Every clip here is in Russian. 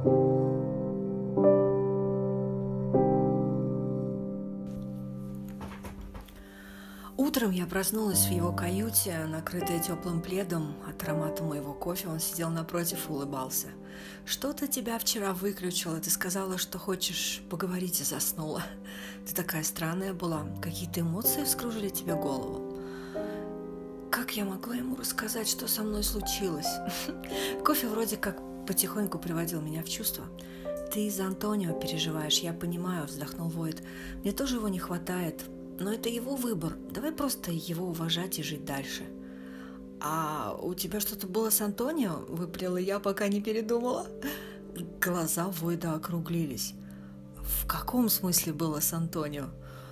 Утром я проснулась в его каюте, накрытая теплым пледом. От аромата моего кофе он сидел напротив и улыбался. «Что-то тебя вчера выключило. Ты сказала, что хочешь поговорить, и заснула. Ты такая странная была. Какие-то эмоции вскружили тебе голову?» Как я могла ему рассказать, что со мной случилось? Кофе вроде как потихоньку приводил меня в чувство. «Ты из-за Антонио переживаешь, я понимаю», — вздохнул Войд. «Мне тоже его не хватает. Но это его выбор. Давай просто его уважать и жить дальше». «А у тебя что-то было с Антонио?» — выпалила я, пока не передумала. Глаза Войда округлились. «В каком смысле было с Антонио?»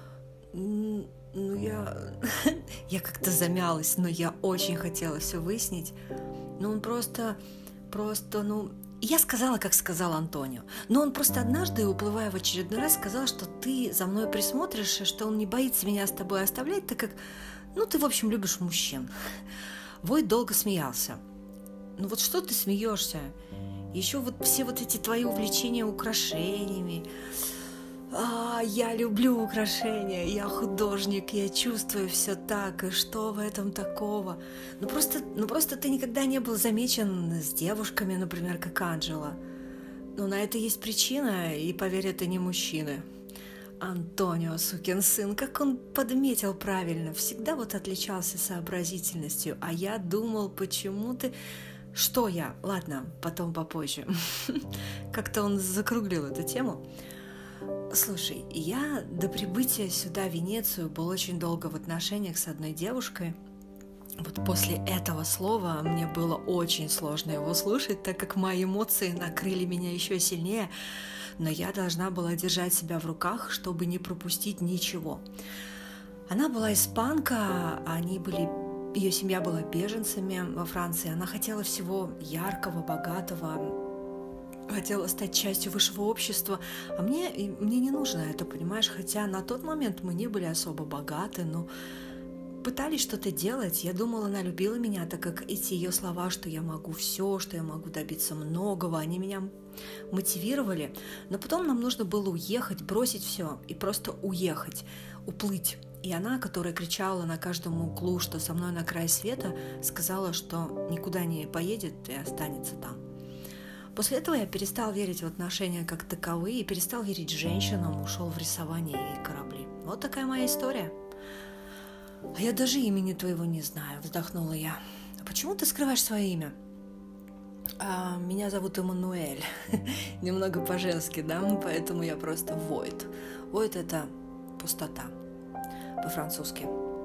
Я как-то замялась, но я очень хотела все выяснить. Он просто, Я сказала, как сказал Антонио. Но он просто однажды, уплывая в очередной раз, сказал, что ты за мной присмотришь, и что он не боится меня с тобой оставлять, так как, ты, в общем, любишь мужчин. Войд долго смеялся. Что ты смеешься? Еще все эти твои увлечения украшениями. Я люблю украшения, я художник, я чувствую все так, и что в этом такого? Просто ты никогда не был замечен с девушками, например, как Анджела. На это есть причина, и, поверь, это не мужчины. Антонио, сукин сын, как он подметил правильно, всегда отличался сообразительностью, а я думал, почему ты... Что я? Ладно, потом попозже. Как-то он закруглил эту тему. Слушай, я до прибытия сюда, в Венецию, был очень долго в отношениях с одной девушкой. После этого слова мне было очень сложно его слушать, так как мои эмоции накрыли меня еще сильнее, но я должна была держать себя в руках, чтобы не пропустить ничего. Она была испанка, ее семья была беженцами во Франции, она хотела всего яркого, богатого, хотела стать частью высшего общества, а мне не нужно это, понимаешь, хотя на тот момент мы не были особо богаты, но пытались что-то делать. Я думала, она любила меня, так как эти ее слова, что я могу все, что я могу добиться многого, они меня мотивировали, но потом нам нужно было уехать, бросить все и просто уехать, уплыть. И она, которая кричала на каждом углу, что со мной на край света, сказала, что никуда не поедет и останется там. После этого я перестал верить в отношения как таковые и перестал верить женщинам, ушел в рисование и корабли. Вот такая моя история. А я даже имени твоего не знаю, вздохнула я. А почему ты скрываешь свое имя? Меня зовут Эммануэль. Немного по-женски, да? Поэтому я просто Войд. Войд — это пустота по-французски.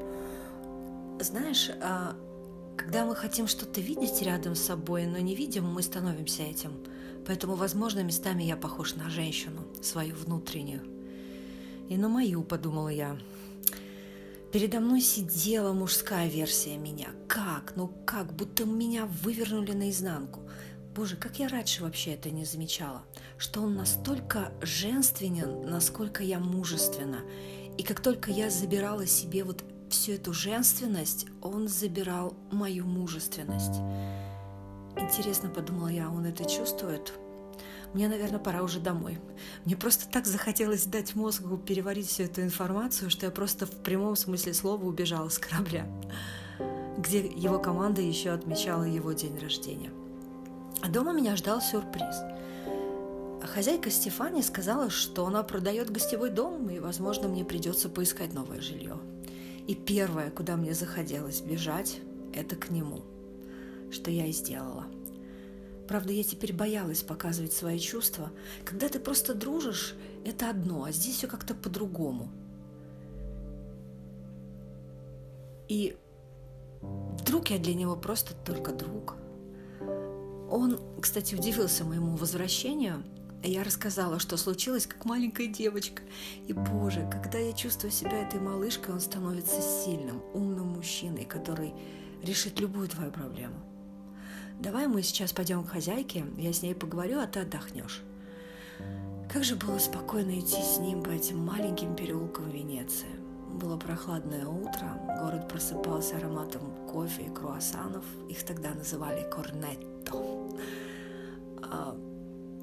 Знаешь, когда мы хотим что-то видеть рядом с собой, но не видим, мы становимся этим. Поэтому, возможно, местами я похож на женщину, свою внутреннюю. И на мою, подумала я. Передо мной сидела мужская версия меня. Как? Будто меня вывернули наизнанку. Боже, как я раньше вообще это не замечала. Что он настолько женственен, насколько я мужественна. И как только я забирала себе всю эту женственность, он забирал мою мужественность. Интересно, подумала я, он это чувствует? Мне, наверное, пора уже домой. Мне просто так захотелось дать мозгу переварить всю эту информацию, что я просто в прямом смысле слова убежала с корабля, где его команда еще отмечала его день рождения. А дома меня ждал сюрприз. Хозяйка Стефания сказала, что она продает гостевой дом, и, возможно, мне придется поискать новое жилье. И первое, куда мне захотелось бежать, это к нему, что я и сделала. Правда, я теперь боялась показывать свои чувства. Когда ты просто дружишь, это одно, а здесь все как-то по-другому. И вдруг я для него просто только друг. Он, кстати, удивился моему возвращению. Я рассказала, что случилось, как маленькая девочка. И, боже, когда я чувствую себя этой малышкой, он становится сильным, умным мужчиной, который решит любую твою проблему. Давай мы сейчас пойдем к хозяйке, я с ней поговорю, а ты отдохнешь. Как же было спокойно идти с ним по этим маленьким переулкам Венеции. Было прохладное утро, город просыпался ароматом кофе и круассанов, их тогда называли корнетто.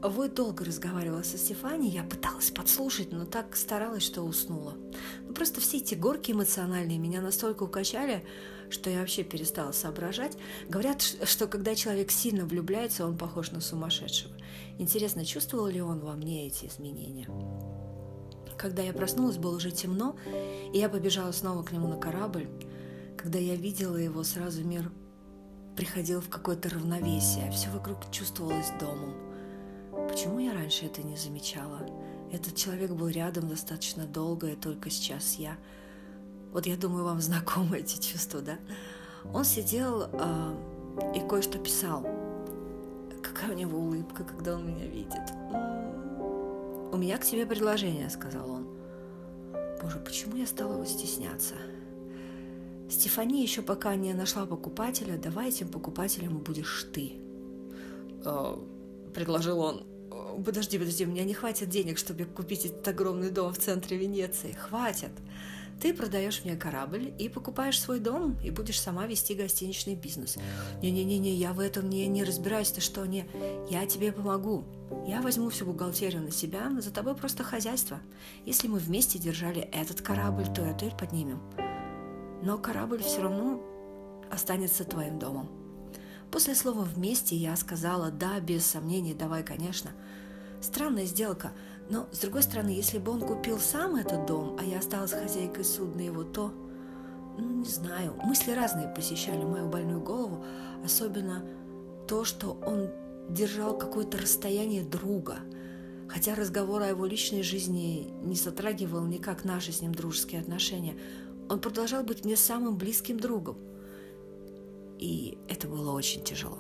Войт долго разговаривала со Стефани, я пыталась подслушать, но так старалась, что уснула. Просто все эти горки эмоциональные меня настолько укачали, что я вообще перестала соображать. Говорят, что когда человек сильно влюбляется, он похож на сумасшедшего. Интересно, чувствовал ли он во мне эти изменения? Когда я проснулась, было уже темно, и я побежала снова к нему на корабль. Когда я видела его, сразу мир приходил в какое-то равновесие, все вокруг чувствовалось домом. Почему я раньше это не замечала? Этот человек был рядом достаточно долго, и только сейчас я... Вот я думаю, вам знакомы эти чувства, да? Он сидел и кое-что писал. Какая у него улыбка, когда он меня видит. «У меня к тебе предложение», — сказал он. Боже, почему я стала его стесняться? Стефани еще пока не нашла покупателя, давай этим покупателем будешь ты. Предложил он. Подожди, у меня не хватит денег, чтобы купить этот огромный дом в центре Венеции. Хватит. Ты продаешь мне корабль и покупаешь свой дом, и будешь сама вести гостиничный бизнес. Не-не-не, я в этом не разбираюсь, ты что, не. Я тебе помогу. Я возьму всю бухгалтерию на себя, за тобой просто хозяйство. Если мы вместе держали этот корабль, то отель поднимем. Но корабль все равно останется твоим домом. После слова «вместе» я сказала «да», без сомнений, давай, конечно. Странная сделка, но, с другой стороны, если бы он купил сам этот дом, а я осталась хозяйкой судна его, то, не знаю, мысли разные посещали мою больную голову, особенно то, что он держал какое-то расстояние друга, хотя разговор о его личной жизни не затрагивал никак наши с ним дружеские отношения, он продолжал быть мне самым близким другом. И это было очень тяжело.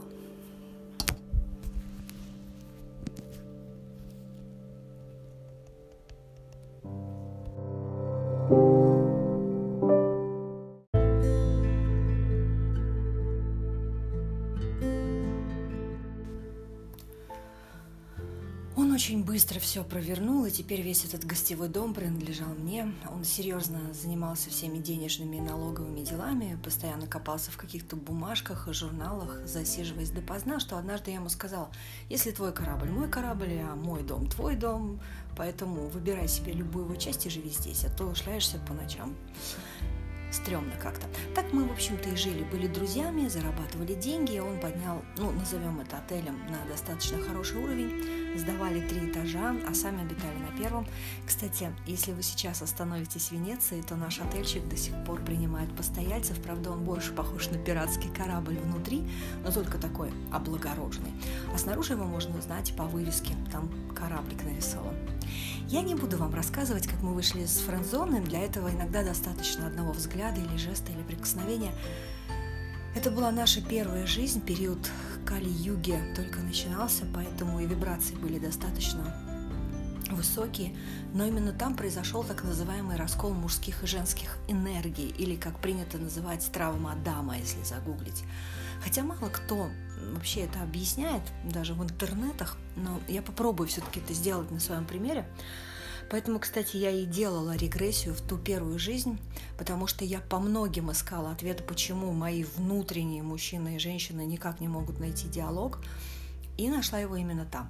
Он очень быстро все провернул, и теперь весь этот гостевой дом принадлежал мне. Он серьезно занимался всеми денежными и налоговыми делами, постоянно копался в каких-то бумажках и журналах, засиживаясь допоздна, что однажды я ему сказала: если твой корабль мой корабль, а мой дом твой дом, поэтому выбирай себе любую его часть и живи здесь, а то шляешься по ночам. Стрёмно как-то. Так мы, в общем-то, и жили. Были друзьями, зарабатывали деньги. Он поднял, назовем это отелем, на достаточно хороший уровень. Сдавали 3 этажа, а сами обитали на 1. Кстати, если вы сейчас остановитесь в Венеции, то наш отельчик до сих пор принимает постояльцев. Правда, он больше похож на пиратский корабль внутри, но только такой облагороженный. А снаружи его можно узнать по вывеске. Там кораблик нарисован. Я не буду вам рассказывать, как мы вышли с френд-зоны. Для этого иногда достаточно одного взгляда или жеста, или прикосновения. Это была наша первая жизнь, период Кали-юги только начинался, поэтому и вибрации были достаточно высокие. Но именно там произошел так называемый раскол мужских и женских энергий, или, как принято называть, травма Адама, если загуглить. Хотя мало кто вообще это объясняет, даже в интернетах, но я попробую все-таки это сделать на своем примере. Поэтому, кстати, я и делала регрессию в ту первую жизнь, потому что я по многим искала ответ, почему мои внутренние мужчины и женщины никак не могут найти диалог, и нашла его именно там.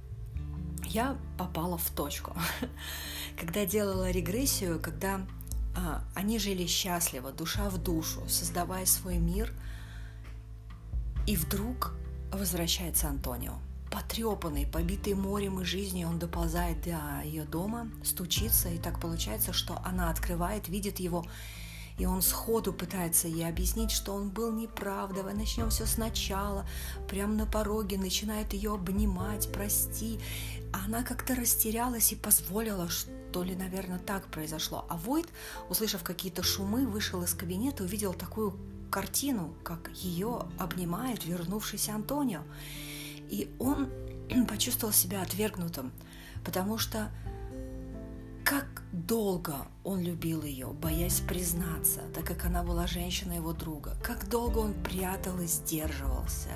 Я попала в точку. Когда делала регрессию, когда они жили счастливо, душа в душу, создавая свой мир, и вдруг возвращается Антонио. Потрепанный, побитый морем и жизнью, он доползает до ее дома, стучится, и так получается, что она открывает, видит его, и он сходу пытается ей объяснить, что он был неправ, давай начнем все сначала, прямо на пороге начинает ее обнимать, прости. А она как-то растерялась и позволила, что ли, наверное, так произошло. А Войт, услышав какие-то шумы, вышел из кабинета и увидел такую картину, как ее обнимает вернувшийся Антонио. И он почувствовал себя отвергнутым, потому что как долго он любил ее, боясь признаться, так как она была женщиной его друга, как долго он прятал и сдерживался,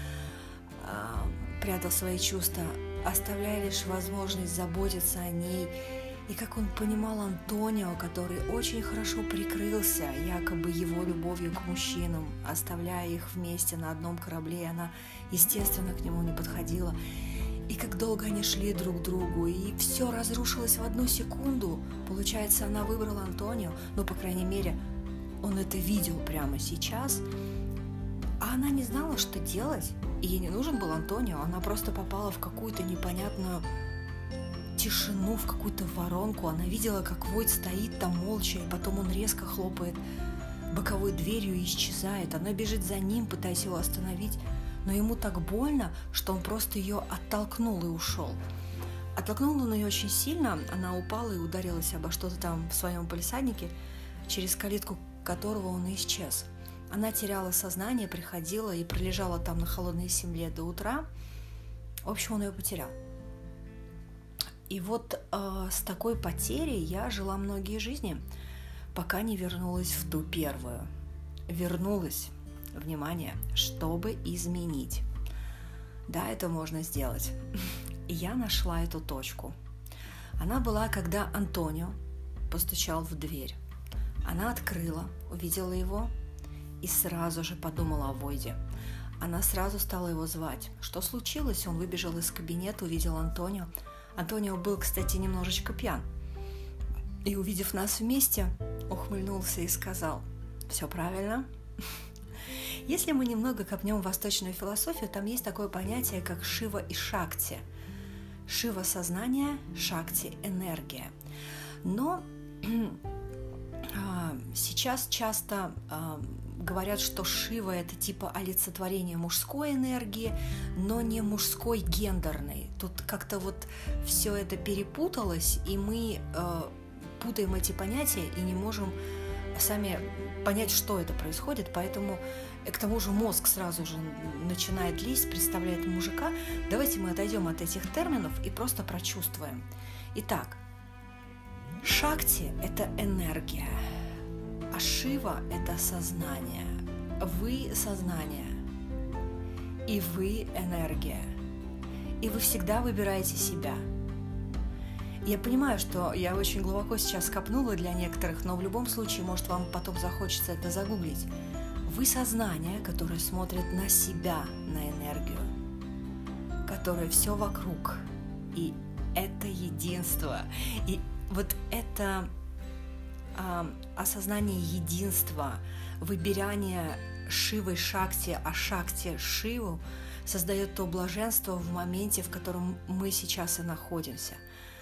прятал свои чувства, оставляя лишь возможность заботиться о ней. И как он понимал Антонио, который очень хорошо прикрылся якобы его любовью к мужчинам, оставляя их вместе на одном корабле, и она, естественно, к нему не подходила. И как долго они шли друг к другу, и все разрушилось в одну секунду. Получается, она выбрала Антонио, по крайней мере, он это видел прямо сейчас. А она не знала, что делать, и ей не нужен был Антонио, она просто попала в какую-то непонятную тишину, в какую-то воронку. Она видела, как Войт стоит там молча, и потом он резко хлопает боковой дверью и исчезает. Она бежит за ним, пытаясь его остановить, но ему так больно, что он просто ее оттолкнул и ушел. Оттолкнул он ее очень сильно, она упала и ударилась обо что-то там в своем палисаднике, через калитку которого он и исчез. Она теряла сознание, приходила и пролежала там на холодной земле до утра. В общем, он ее потерял. И вот с такой потерей я жила многие жизни, пока не вернулась в ту первую. Вернулась, внимание, чтобы изменить. Да, это можно сделать. И я нашла эту точку. Она была, когда Антонио постучал в дверь. Она открыла, увидела его и сразу же подумала о Войде. Она сразу стала его звать. Что случилось? Он выбежал из кабинета, увидел Антонио. Антонио был, кстати, немножечко пьян. И, увидев нас вместе, ухмыльнулся и сказал: «Все правильно». Если мы немного копнем в восточную философию, там есть такое понятие, как Шива и Шакти. Шива – сознание, Шакти – энергия. Но сейчас часто говорят, что Шива – это типа олицетворение мужской энергии, но не мужской гендерной. Тут как-то вот все это перепуталось, и мы путаем эти понятия и не можем сами понять, что это происходит, поэтому к тому же мозг сразу же начинает лезть, представляет мужика. Давайте мы отойдем от этих терминов и просто прочувствуем. Итак, Шакти – это энергия, а Шива – это сознание. Вы – сознание, и вы – энергия, и вы всегда выбираете себя. Я понимаю, что я очень глубоко сейчас копнула для некоторых, но в любом случае, может, вам потом захочется это загуглить. Вы сознание, которое смотрит на себя, на энергию, которое все вокруг. И это единство. И вот это осознание единства, выбирание Шивы Шакти, а Шакти Шиву создает то блаженство в моменте, в котором мы сейчас и находимся.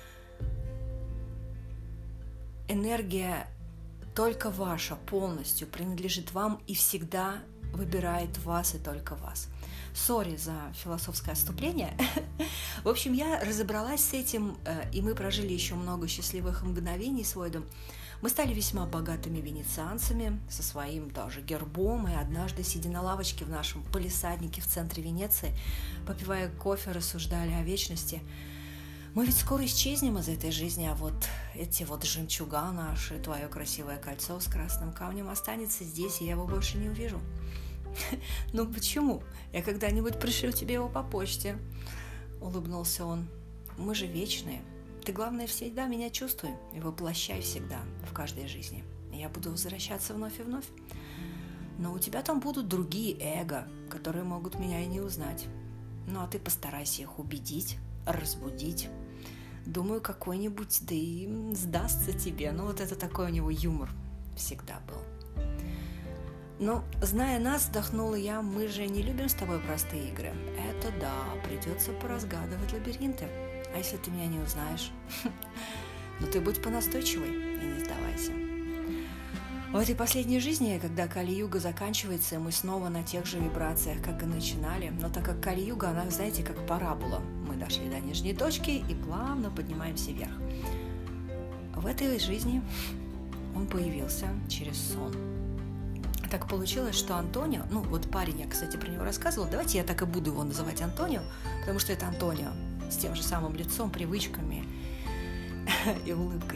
Энергия только ваша, полностью принадлежит вам и всегда выбирает вас и только вас. Сори за философское отступление. В общем, я разобралась с этим, и мы прожили еще много счастливых мгновений с Войдом. Мы стали весьма богатыми венецианцами, со своим даже гербом, и однажды, сидя на лавочке в нашем палисаднике в центре Венеции, попивая кофе, рассуждали о вечности. Мы ведь скоро исчезнем из этой жизни, а вот эти вот жемчуга наши, твое красивое кольцо с красным камнем останется здесь, и я его больше не увижу. Ну почему? Я когда-нибудь пришлю тебе его по почте, улыбнулся он. Мы же вечные. Ты, главное, всегда меня чувствуй и воплощай всегда в каждой жизни. Я буду возвращаться вновь и вновь. Но у тебя там будут другие эго, которые могут меня и не узнать. Ну а ты постарайся их убедить, разбудить. Думаю, какой-нибудь, да и сдастся тебе. Ну, вот это такой у него юмор всегда был. Но, зная нас, вздохнула я, мы же не любим с тобой простые игры. Это да, придется поразгадывать лабиринты. А если ты меня не узнаешь? Ну, ты будь понастойчивой и не сдавайся. В этой последней жизни, когда Кали-юга заканчивается, мы снова на тех же вибрациях, как и начинали. Но так как Кали-юга, она, знаете, как парабола. Мы дошли до нижней точки и плавно поднимаемся вверх. В этой жизни он появился через сон. Так получилось, что Антонио, ну вот парень, я, кстати, про него рассказывала, давайте я так и буду его называть Антонио, потому что это Антонио с тем же самым лицом, привычками и улыбкой.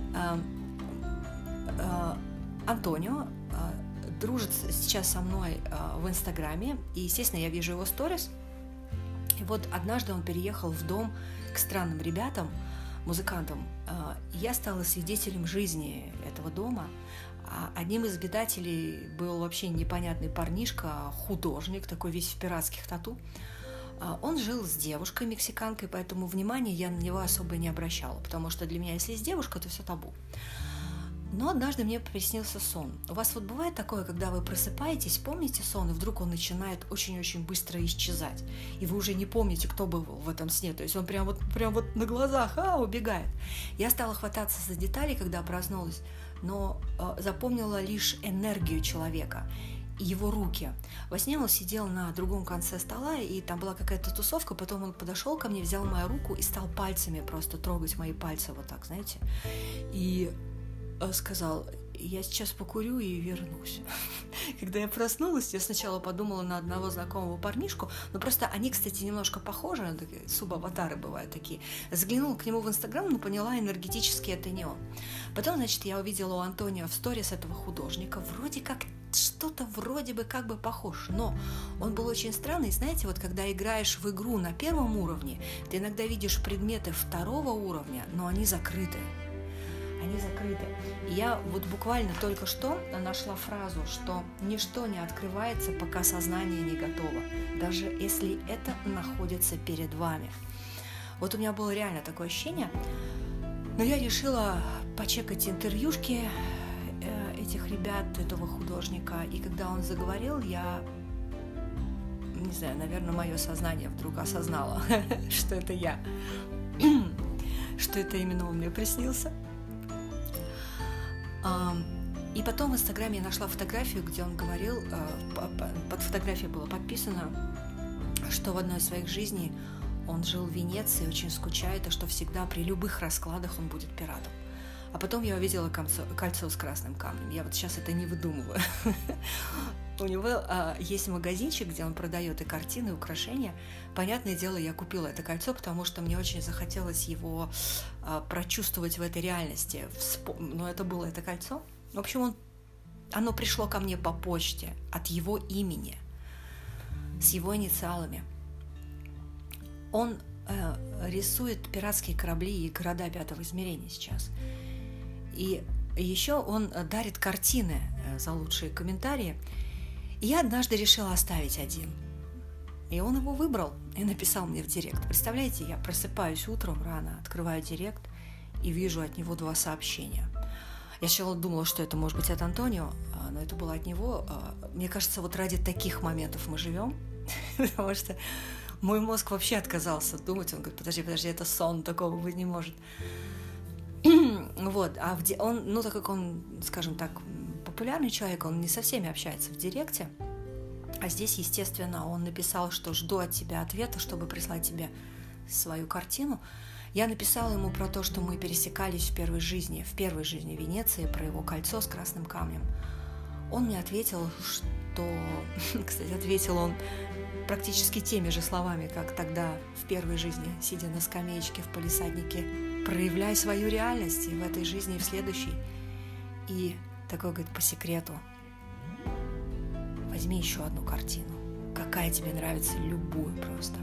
Антонио дружит сейчас со мной в Инстаграме, и, естественно, я вижу его сторис. И вот однажды он переехал в дом к странным ребятам, музыкантам. Я стала свидетелем жизни этого дома. Одним из обитателей был вообще непонятный парнишка, художник, такой весь в пиратских тату. Он жил с девушкой мексиканкой, поэтому внимания я на него особо не обращала, потому что для меня, если есть девушка, то все табу. Но однажды мне приснился сон. У вас вот бывает такое, когда вы просыпаетесь, помните сон, и вдруг он начинает очень-очень быстро исчезать, и вы уже не помните, кто был в этом сне, то есть он прям вот на глазах убегает. Я стала хвататься за детали, когда проснулась, но запомнила лишь энергию человека и его руки. Во сне он сидел на другом конце стола, и там была какая-то тусовка, потом он подошел ко мне, взял мою руку и стал пальцами просто трогать мои пальцы вот так, знаете, и сказал: я сейчас покурю и вернусь. Когда я проснулась, я сначала подумала на одного знакомого парнишку, но просто они, кстати, немножко похожи, такие субаватары бывают такие. Заглянула к нему в Инстаграм, но поняла, энергетически это не он. Потом, значит, я увидела у Антонио в сторис этого художника, вроде как что-то вроде бы как бы похож, но он был очень странный. Знаете, вот когда играешь в игру на первом уровне, ты иногда видишь предметы второго уровня, но они закрыты. Они закрыты. И я вот буквально только что нашла фразу, что ничто не открывается, пока сознание не готово, даже если это находится перед вами. Вот у меня было реально такое ощущение, но я решила почекать интервьюшки этих ребят, этого художника, и когда он заговорил, я, не знаю, наверное, мое сознание вдруг осознало, что это я, что это именно он мне приснился. И потом в Инстаграме я нашла фотографию, где он говорил, под фотографией было подписано, что в одной из своих жизней он жил в Венеции, очень скучает, и что всегда при любых раскладах он будет пиратом. А потом я увидела кольцо с красным камнем. Я вот сейчас это не выдумываю. У него есть магазинчик, где он продает и картины, и украшения. Понятное дело, я купила это кольцо, потому что мне очень захотелось его прочувствовать в этой реальности. Но это было это кольцо. В общем, оно пришло ко мне по почте от его имени, с его инициалами. Он рисует пиратские корабли и города пятого измерения сейчас. И еще он дарит картины за лучшие комментарии. И я однажды решила оставить один. И он его выбрал и написал мне в директ. Представляете, я просыпаюсь утром рано, открываю директ и вижу от него 2 сообщения. Я сначала думала, что это может быть от Антонио, но это было от него. Мне кажется, вот ради таких моментов мы живем, потому что мой мозг вообще отказался думать. Он говорит: подожди, это сон, такого быть не может. Вот, а он, так как он, скажем так, популярный человек, он не со всеми общается в директе, а здесь, естественно, он написал, что жду от тебя ответа, чтобы прислать тебе свою картину. Я написала ему про то, что мы пересекались в первой жизни Венеции, про его кольцо с красным камнем. Он мне ответил, что, кстати, ответил он практически теми же словами, как тогда в первой жизни, сидя на скамеечке в палисаднике: проявляй свою реальность и в этой жизни, и в следующей. И такой говорит: по секрету, возьми еще одну картину, какая тебе нравится, любую просто.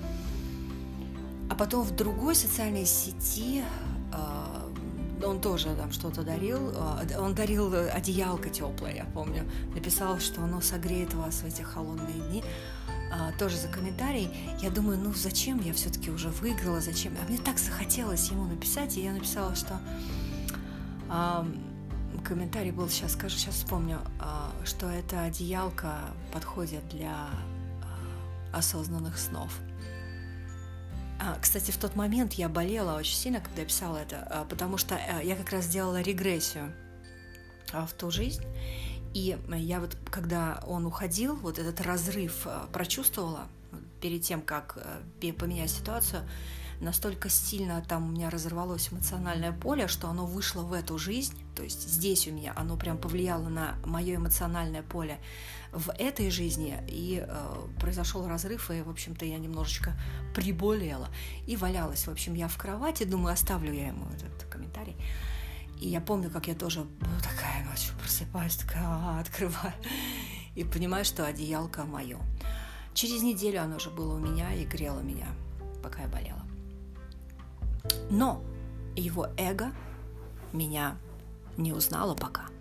А потом в другой социальной сети он тоже там что-то дарил. Он дарил одеялко теплое, я помню. Написал, что оно согреет вас в эти холодные дни. Тоже за комментарий. Я думаю, зачем, я все-таки уже выиграла, зачем? А мне так захотелось ему написать, и я написала, что комментарий был, сейчас вспомню, что это одеялко подходит для осознанных снов. Кстати, в тот момент я болела очень сильно, когда я писала это, потому что я как раз делала регрессию в ту жизнь. И я вот, когда он уходил, вот этот разрыв прочувствовала перед тем, как поменять ситуацию, настолько сильно там у меня разорвалось эмоциональное поле, что оно вышло в эту жизнь, то есть здесь у меня оно прям повлияло на мое эмоциональное поле в этой жизни, и произошел разрыв, и, в общем-то, я немножечко приболела и валялась. В общем, я в кровати, думаю, оставлю я ему этот комментарий. И я помню, как я тоже такая ночью просыпаюсь, такая открываю, и понимаю, что одеялко мое. Через неделю оно уже было у меня и грело меня, пока я болела. Но его эго меня не узнало пока.